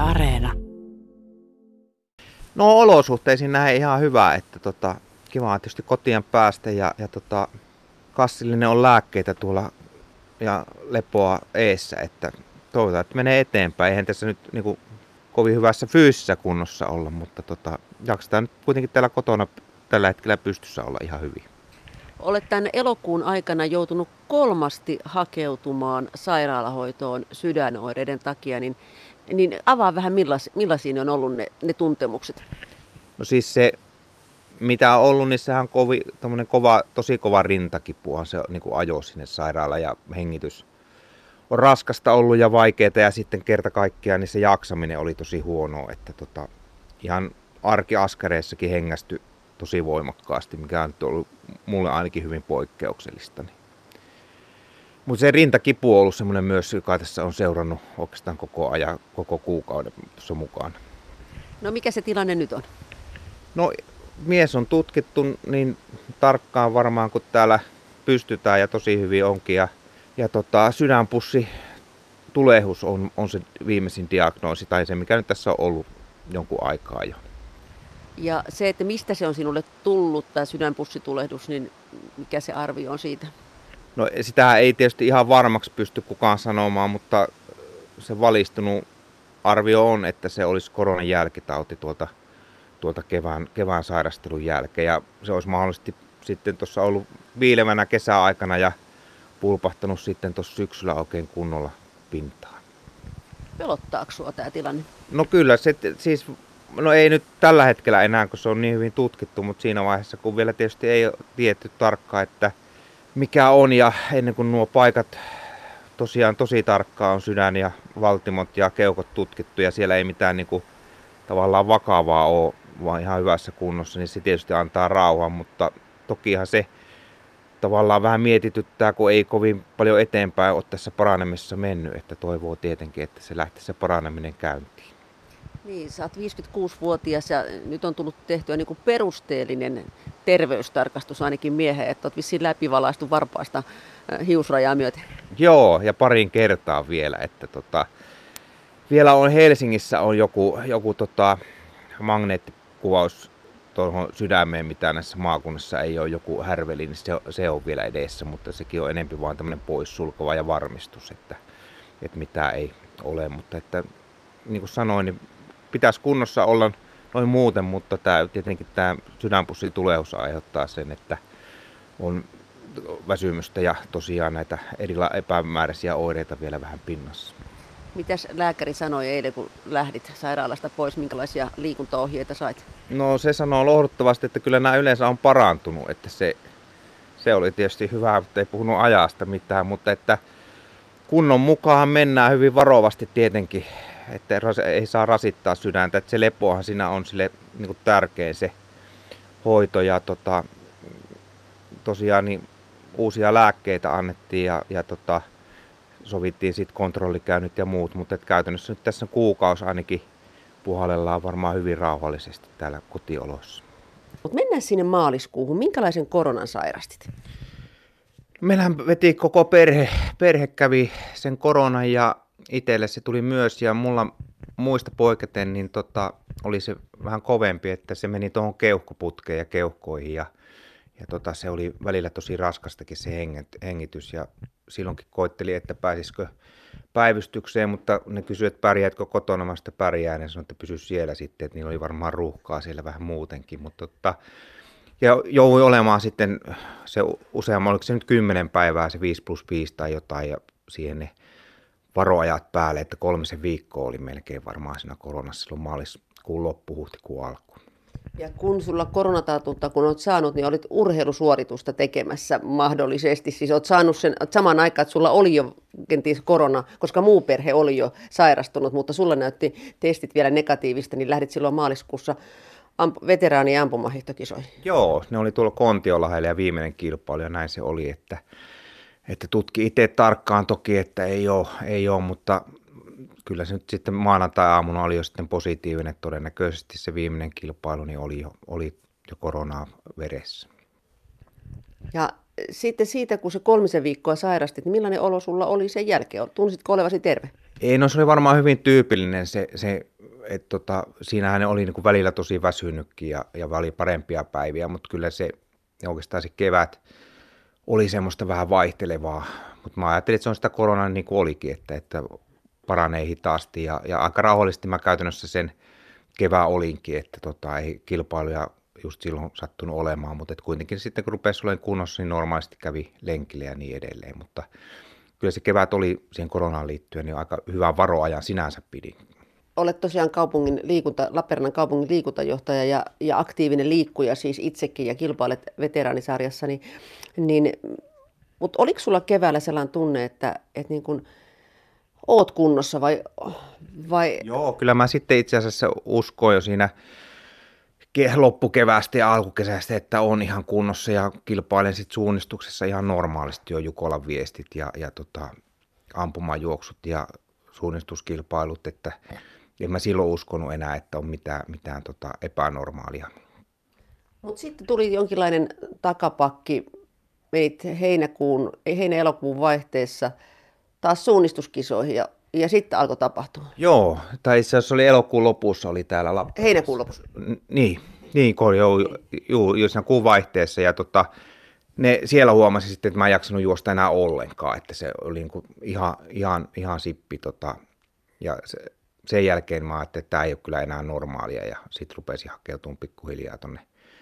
Areena. No olosuhteisiin näin ihan hyvä, että kiva on tietysti kotiin päästä ja kassillinen on lääkkeitä tuolla ja lepoa eessä, että toivotaan, että menee eteenpäin. Eihän tässä nyt niinku kovin hyvässä fyysisessä kunnossa olla, mutta jaksetaan nyt kuitenkin täällä kotona tällä hetkellä pystyssä olla ihan hyvin. Olet tämän elokuun aikana joutunut 3 hakeutumaan sairaalahoitoon sydänoireiden takia, niin avaa vähän millaisia ne on ollut ne tuntemukset. No siis se, mitä on ollut, niin sehän on tosi kova rintakipuhan se niin kuin ajoi sinne sairaalaan ja hengitys on raskasta ollut ja vaikeaa ja sitten kerta kaikkiaan niin se jaksaminen oli tosi huonoa, että ihan arkiaskareissakin hengästyi tosi voimakkaasti, mikä on ollut mulle ainakin hyvin poikkeuksellista. Mutta se rintakipu on ollut semmoinen myös, joka tässä on seurannut oikeastaan koko kuukauden tuossa mukana. No mikä se tilanne nyt on? No mies on tutkittu niin tarkkaan varmaan kuin täällä pystytään ja tosi hyvin onkin. Ja sydänpussi tulehus on se viimeisin diagnoosi tai se mikä nyt tässä on ollut jonkun aikaa jo. Ja se, että mistä se on sinulle tullut tämä sydänpussitulehdus, niin mikä se arvio on siitä? No sitä ei tietysti ihan varmaksi pysty kukaan sanomaan, mutta se valistunut arvio on, että se olisi koronan jälkitauti tuolta kevään sairastelun jälkeen. Ja se olisi mahdollisesti sitten tuossa ollut viilevänä kesäaikana ja pulpahtanut sitten tuossa syksyllä oikein kunnolla pintaan. Pelottaako sinua tämä tilanne? No kyllä, no ei nyt tällä hetkellä enää, kun se on niin hyvin tutkittu, mutta siinä vaiheessa, kun vielä tietysti ei ole tiedetty tarkkaan, että mikä on ja ennen kuin nuo paikat tosiaan tosi tarkkaan on sydän ja valtimot ja keukot tutkittu ja siellä ei mitään niin kuin, tavallaan vakavaa ole, vaan ihan hyvässä kunnossa, niin se tietysti antaa rauhan, mutta tokihan se tavallaan vähän mietityttää, kun ei kovin paljon eteenpäin ole tässä paranemisessa mennyt, että toivoo tietenkin, että se lähtee se paraneminen käyntiin. Niin, sä oot 56-vuotias ja nyt on tullut tehtyä niin kuin perusteellinen terveystarkastus ainakin miehen, että oot vissiin läpivalaistu varpaasta hiusrajaa myöten. Joo, ja parin kertaa vielä, että vielä on Helsingissä on joku magneettikuvaus tuohon sydämeen, mitä näissä maakunnassa ei ole joku härveli, niin se on vielä edessä, mutta sekin on enemmän vaan tämmöinen poissulkova ja varmistus, että mitä ei ole, mutta että niin kuin sanoin, niin pitäisi kunnossa olla noin muuten, mutta tietenkin tämä sydänpussitulehus aiheuttaa sen, että on väsymystä ja tosiaan näitä epämääräisiä oireita vielä vähän pinnassa. Mitäs lääkäri sanoi eilen, kun lähdit sairaalasta pois, minkälaisia liikuntaohjeita sait? No se sanoo lohduttavasti, että kyllä nämä yleensä on parantunut, että se oli tietysti hyvä, että ei puhunut ajasta mitään, mutta että kunnon mukaan mennään hyvin varovasti tietenkin, että ei saa rasittaa sydäntä, että se lepoahan siinä on sille niin kuin tärkein se hoito ja tosiaan niin uusia lääkkeitä annettiin ja sovittiin sitten kontrollikäynnit ja muut, mutta käytännössä nyt tässä kuukausi ainakin puhallellaan varmaan hyvin rauhallisesti täällä kotiolossa. Mutta mennään sinne maaliskuuhun. Minkälaisen koronan sairastit? Meillähän veti koko perhe kävi sen koronan ja itselle se tuli myös ja mulla muista poiketen niin oli se vähän kovempi, että se meni tuohon keuhkoputkeen ja keuhkoihin ja se oli välillä tosi raskastakin se hengitys ja silloinkin koitteli, että pääsisikö päivystykseen, mutta ne kysyivät, että pärjäätkö kotona, mä sitä pärjään ja sanoin, että pysy siellä sitten, että niillä oli varmaan ruuhkaa siellä vähän muutenkin, mutta ja joudui olemaan sitten se useamman, oliko se nyt 10 päivää, se 5+5 tai jotain ja siihen ne varoajat päälle, että 3 viikkoa oli melkein varmaan siinä koronassa silloin maaliskuun loppu, huhtikuun alkuun. Ja kun sulla koronatartunta, kun olet saanut, niin olit urheilusuoritusta tekemässä mahdollisesti. Siis olet saanut sen samaan aikaan, että sulla oli jo kenties korona, koska muu perhe oli jo sairastunut, mutta sulla näytti testit vielä negatiivista, niin lähdit silloin maaliskuussa veteraani- ja ampumahiihtokisoihin. Joo, ne oli tuolla Kontiolahdella ja viimeinen kilpailu ja näin se oli, että tutki itse tarkkaan toki, että ei ole, mutta kyllä se nyt sitten maanantai-aamuna oli jo sitten positiivinen, että todennäköisesti se viimeinen kilpailu niin oli jo koronaa veressä. Ja sitten siitä, kun se 3 viikkoa sairastit, niin millainen olo sulla oli sen jälkeen? Tunsitko olevasi terve? Ei, no se oli varmaan hyvin tyypillinen se siinähän oli niin kuin välillä tosi väsynytkin ja oli parempia päiviä, mutta kyllä se oikeastaan se kevät oli semmoista vähän vaihtelevaa. Mutta mä ajattelin, että se on sitä koronaa niin kuin olikin, että paranee hitaasti ja aika rauhallisesti mä käytännössä sen kevään olinkin, että ei kilpailuja just silloin sattunut olemaan, mutta kuitenkin sitten kun rupesi olemaan kunnossa, niin normaalisti kävi lenkille ja niin edelleen, mutta kyllä se kevät oli siihen koronaan liittyen niin aika hyvän varoajan sinänsä pidin. Olet tosiaan Lappeenrannan kaupungin liikuntajohtaja ja aktiivinen liikkuja siis itsekin ja kilpailet veteraanisarjassa, mutta oliko sulla keväällä sellainen tunne, että niin kun oot kunnossa vai? Joo, kyllä mä sitten itse asiassa uskoin jo siinä loppukeväästä ja alkukesästä, että on ihan kunnossa ja kilpailen sitten suunnistuksessa ihan normaalisti jo Jukolan viestit ja ampumajuoksut ja suunnistuskilpailut, että en mä silloin uskonut enää, että on mitään epänormaalia. Mutta sitten tuli jonkinlainen takapakki, menit heinä-elokuun vaihteessa taas suunnistuskisoihin ja sitten alkoi tapahtua. Joo, tai itse asiassa oli elokuun lopussa oli täällä Lappeenrannassa. Heinäkuun lopussa. Niin joo, siinä kuun vaihteessa ja siellä huomasin sitten, että mä en jaksanut juosta enää ollenkaan, että se oli niin kuin ihan sippi ja sen jälkeen mä ajattelin, että tämä ei ole kyllä enää normaalia ja sitten rupesin hakeutumaan pikkuhiljaa tuonne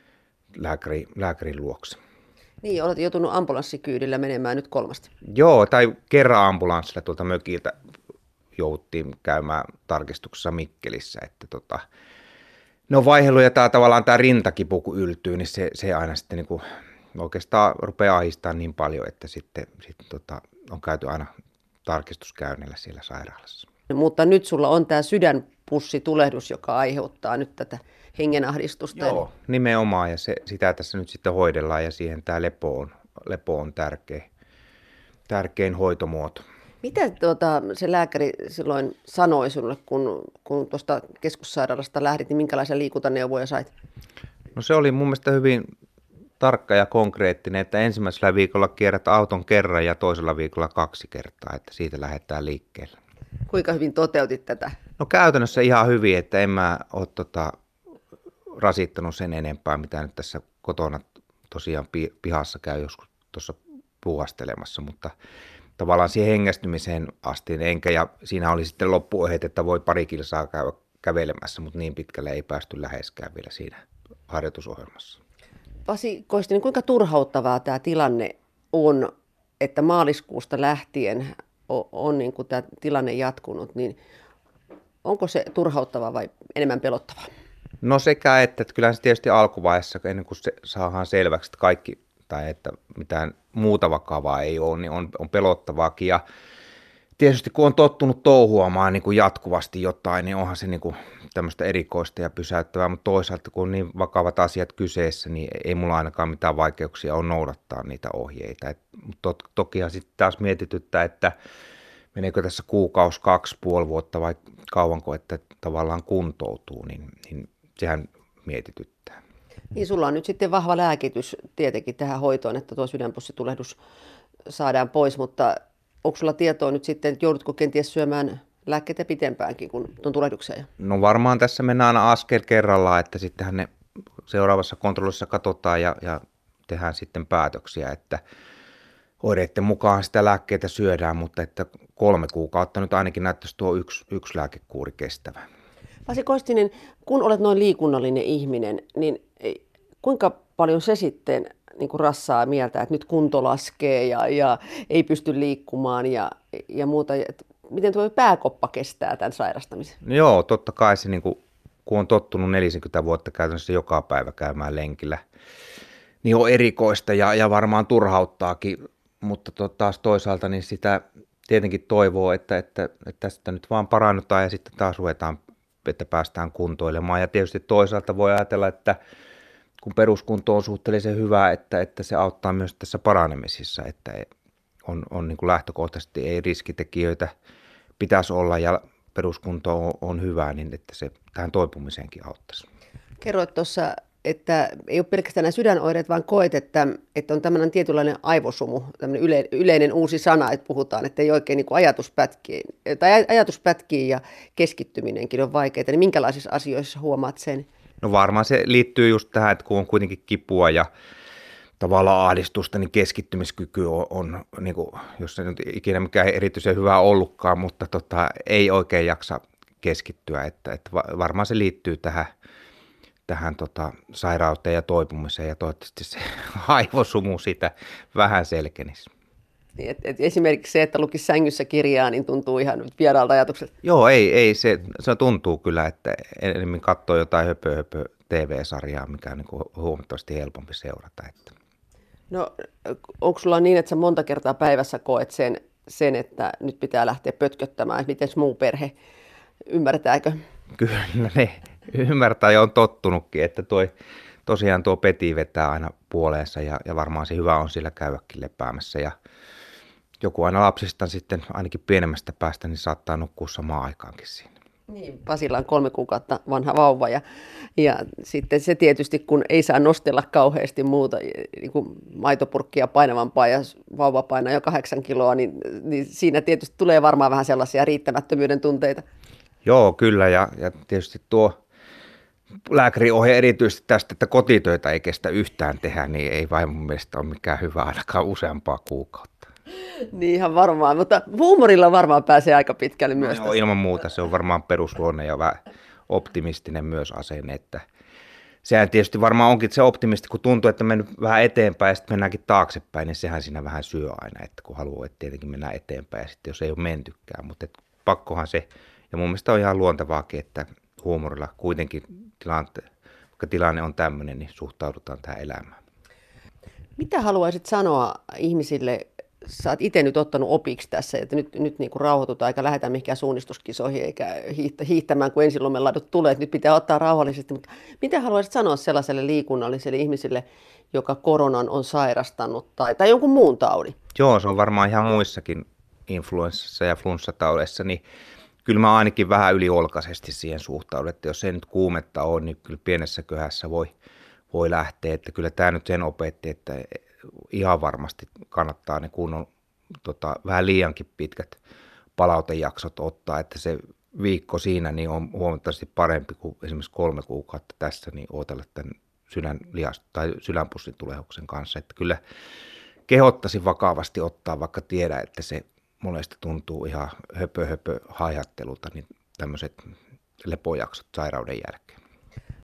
lääkärin luokse. Niin, olet joutunut ambulanssikyydillä menemään nyt 3. Joo, tai kerran ambulanssilla tuolta mökiltä jouduttiin käymään tarkistuksessa Mikkelissä, että ne on vaihdellut ja tavallaan tämä rintakipu kun yltyy, niin se aina sitten niin kuin oikeastaan rupeaa ahistamaan niin paljon, että sitten on käyty aina tarkistuskäynnillä siellä sairaalassa. Mutta nyt sulla on tämä sydänpussitulehdus, joka aiheuttaa nyt tätä hengenahdistusta. Joo, nimenomaan ja sitä tässä nyt sitten hoidellaan ja siihen tämä lepo on tärkein hoitomuoto. Mitä se lääkäri silloin sanoi sinulle, kun tuosta keskussairaalasta lähdit, niin minkälaisia liikuntaneuvoja sait? No se oli mun mielestä hyvin tarkka ja konkreettinen, että ensimmäisellä viikolla kierrät auton kerran ja toisella viikolla 2 kertaa, että siitä lähdetään liikkeelle. Kuinka hyvin toteutit tätä? No käytännössä ihan hyvin, että en mä ole rasittanut sen enempää, mitä nyt tässä kotona tosiaan pihassa käy joskus tuossa puuhastelemassa, mutta tavallaan siihen hengästymiseen asti enkä, ja siinä oli sitten loppuohjeet, että voi 2 kilsaa käydä kävelemässä, mutta niin pitkälle ei päästy läheskään vielä siinä harjoitusohjelmassa. Pasi Koistinen, kuinka turhauttavaa tämä tilanne on, että maaliskuusta lähtien on niin kuin tämä tilanne jatkunut, niin onko se turhauttavaa vai enemmän pelottavaa? No sekä että kyllähän se tietysti alkuvaiheessa, ennen kuin se saadaan selväksi, että kaikki tai että mitään muuta vakavaa ei ole, niin on pelottavaakin. Ja tietysti kun on tottunut touhuamaan niin kuin jatkuvasti jotain, niin onhan se niin kuin tämmöistä erikoista ja pysäyttävää, mutta toisaalta kun on niin vakavat asiat kyseessä, niin ei mulla ainakaan mitään vaikeuksia ole noudattaa niitä ohjeita. Mutta tokihan sitten taas mietityttää, että meneekö tässä kuukausi, 2,5 vuotta vai kauanko, että tavallaan kuntoutuu, niin sehän mietityttää. Niin sulla on nyt sitten vahva lääkitys tietenkin tähän hoitoon, että tuo sydänpussitulehdus saadaan pois, mutta onko sulla tietoa nyt sitten, että joudutko kenties syömään lääkkeitä pitempäänkin kuin tuon tulehdukseen? No varmaan tässä mennään aina askel kerrallaan, että sittenhän ne seuraavassa kontrollissa katsotaan ja tehdään sitten päätöksiä, että oireiden mukaan sitä lääkkeitä syödään, mutta että 3 kuukautta nyt ainakin näyttäisi tuo yksi lääkekuuri kestävä. Pasi Koistinen, kun olet noin liikunnallinen ihminen, niin kuinka paljon se sitten niin kuin rassaa mieltä, että nyt kunto laskee ja ei pysty liikkumaan ja muuta? Miten tuo pääkoppa kestää tämän sairastamisen? No joo, totta kai se, niin kun on tottunut 40 vuotta käytännössä joka päivä käymään lenkillä, niin on erikoista ja varmaan turhauttaakin, mutta taas toisaalta niin sitä tietenkin toivoo, että tästä nyt vaan parannutaan ja sitten taas ruvetaan, että päästään kuntoilemaan. Ja tietysti toisaalta voi ajatella, että kun peruskunto on suhteellisen hyvä, että se auttaa myös tässä paranemisissa, että on niin kuin lähtökohtaisesti ei riskitekijöitä pitäisi olla ja peruskunto on hyvä, niin että se tähän toipumiseenkin auttaisi. Kerroit tuossa että ei ole pelkästään nämä sydänoireet, vaan koet, että on tämmöinen tietynlainen aivosumu, tämmöinen yleinen uusi sana, että puhutaan, että ei oikein niin kuin ajatus pätkii ja keskittyminenkin on vaikeaa. Niin minkälaisissa asioissa huomaat sen? No varmaan se liittyy just tähän, että kun on kuitenkin kipua ja tavallaan ahdistusta, niin keskittymiskyky on niin kuin, jos se nyt ikinä mikään erityisen hyvä ollutkaan, mutta ei oikein jaksa keskittyä, että varmaan se liittyy tähän sairauteen ja toipumiseen ja toivottavasti se aivosumu sitä vähän selkenisi. Niin, et esimerkiksi se, että lukisi sängyssä kirjaa, niin tuntuu ihan vieraalta ajatukselta. Joo, ei se tuntuu kyllä, että enemmän katsoo jotain höpö TV-sarjaa, mikä on niin kuin huomattavasti helpompi seurata. Että. No, onko sulla niin, että sä monta kertaa päivässä koet sen, että nyt pitää lähteä pötköttämään, että miten muu perhe, ymmärtääkö? Kyllä ne ymmärtää ja on tottunutkin, että tosiaan tuo Peti vetää aina puoleensa ja varmaan se hyvä on sillä käydäkin lepäämässä ja joku aina lapsista sitten ainakin pienemmästä päästä niin saattaa nukkua samaan aikaankin siinä. Niin, Pasilla on 3 kuukautta vanha vauva ja sitten se tietysti, kun ei saa nostella kauheasti muuta, niin kuin maitopurkkia painavampaa ja vauva painaa jo 8 kiloa, niin siinä tietysti tulee varmaan vähän sellaisia riittämättömyyden tunteita. Joo, kyllä ja tietysti tuo lääkärin ohje erityisesti tästä, että kotitöitä ei kestä yhtään tehdä, niin ei vain mun mielestä ole mikään hyvä ainakaan useampaa kuukautta. Niin ihan varmaan, mutta huumorilla varmaan pääsee aika pitkälle myös. Joo, ilman muuta se on varmaan perusluonne ja vähän optimistinen myös asenne, että sehän tietysti varmaan onkin se optimisti, kun tuntuu, että mennyt vähän eteenpäin ja sitten mennäänkin taaksepäin, niin sehän siinä vähän syö aina, että kun haluaa, että tietenkin mennään eteenpäin ja sitten jos ei ole mentykään, mutta pakkohan se, ja mun mielestä on ihan luontevaakin, että huumorilla kuitenkin vaikka tilanne on tämmöinen, niin suhtaudutaan tähän elämään. Mitä haluaisit sanoa ihmisille? Sä oot itse nyt ottanut opiksi tässä, että nyt niin kuin rauhoitutaan eikä lähdetä mihinkään suunnistuskisoihin eikä hiihtämään, kun ensilumenladut tulee, että nyt pitää ottaa rauhallisesti. Mutta mitä haluaisit sanoa sellaiselle liikunnalliselle ihmiselle, joka koronan on sairastanut tai jonkun muun taudin? Joo, se on varmaan ihan muissakin influenssassa ja flunssataudeissa, niin kyllä mä ainakin vähän yliolkaisesti siihen suhtaudun, että jos ei nyt kuumetta ole, niin kyllä pienessä köhässä voi lähteä, että kyllä tämä nyt sen opetti, että ihan varmasti kannattaa ne kunnon vähän liiankin pitkät palautejaksot ottaa, että se viikko siinä niin on huomattavasti parempi kuin esimerkiksi 3 kuukautta tässä, niin odotella tämän sydänpussin tulehduksen kanssa, että kyllä kehottaisin vakavasti ottaa, vaikka tiedä, että se monesti tuntuu ihan höpö haihattelulta, niin tämmöiset lepojaksot sairauden jälkeen.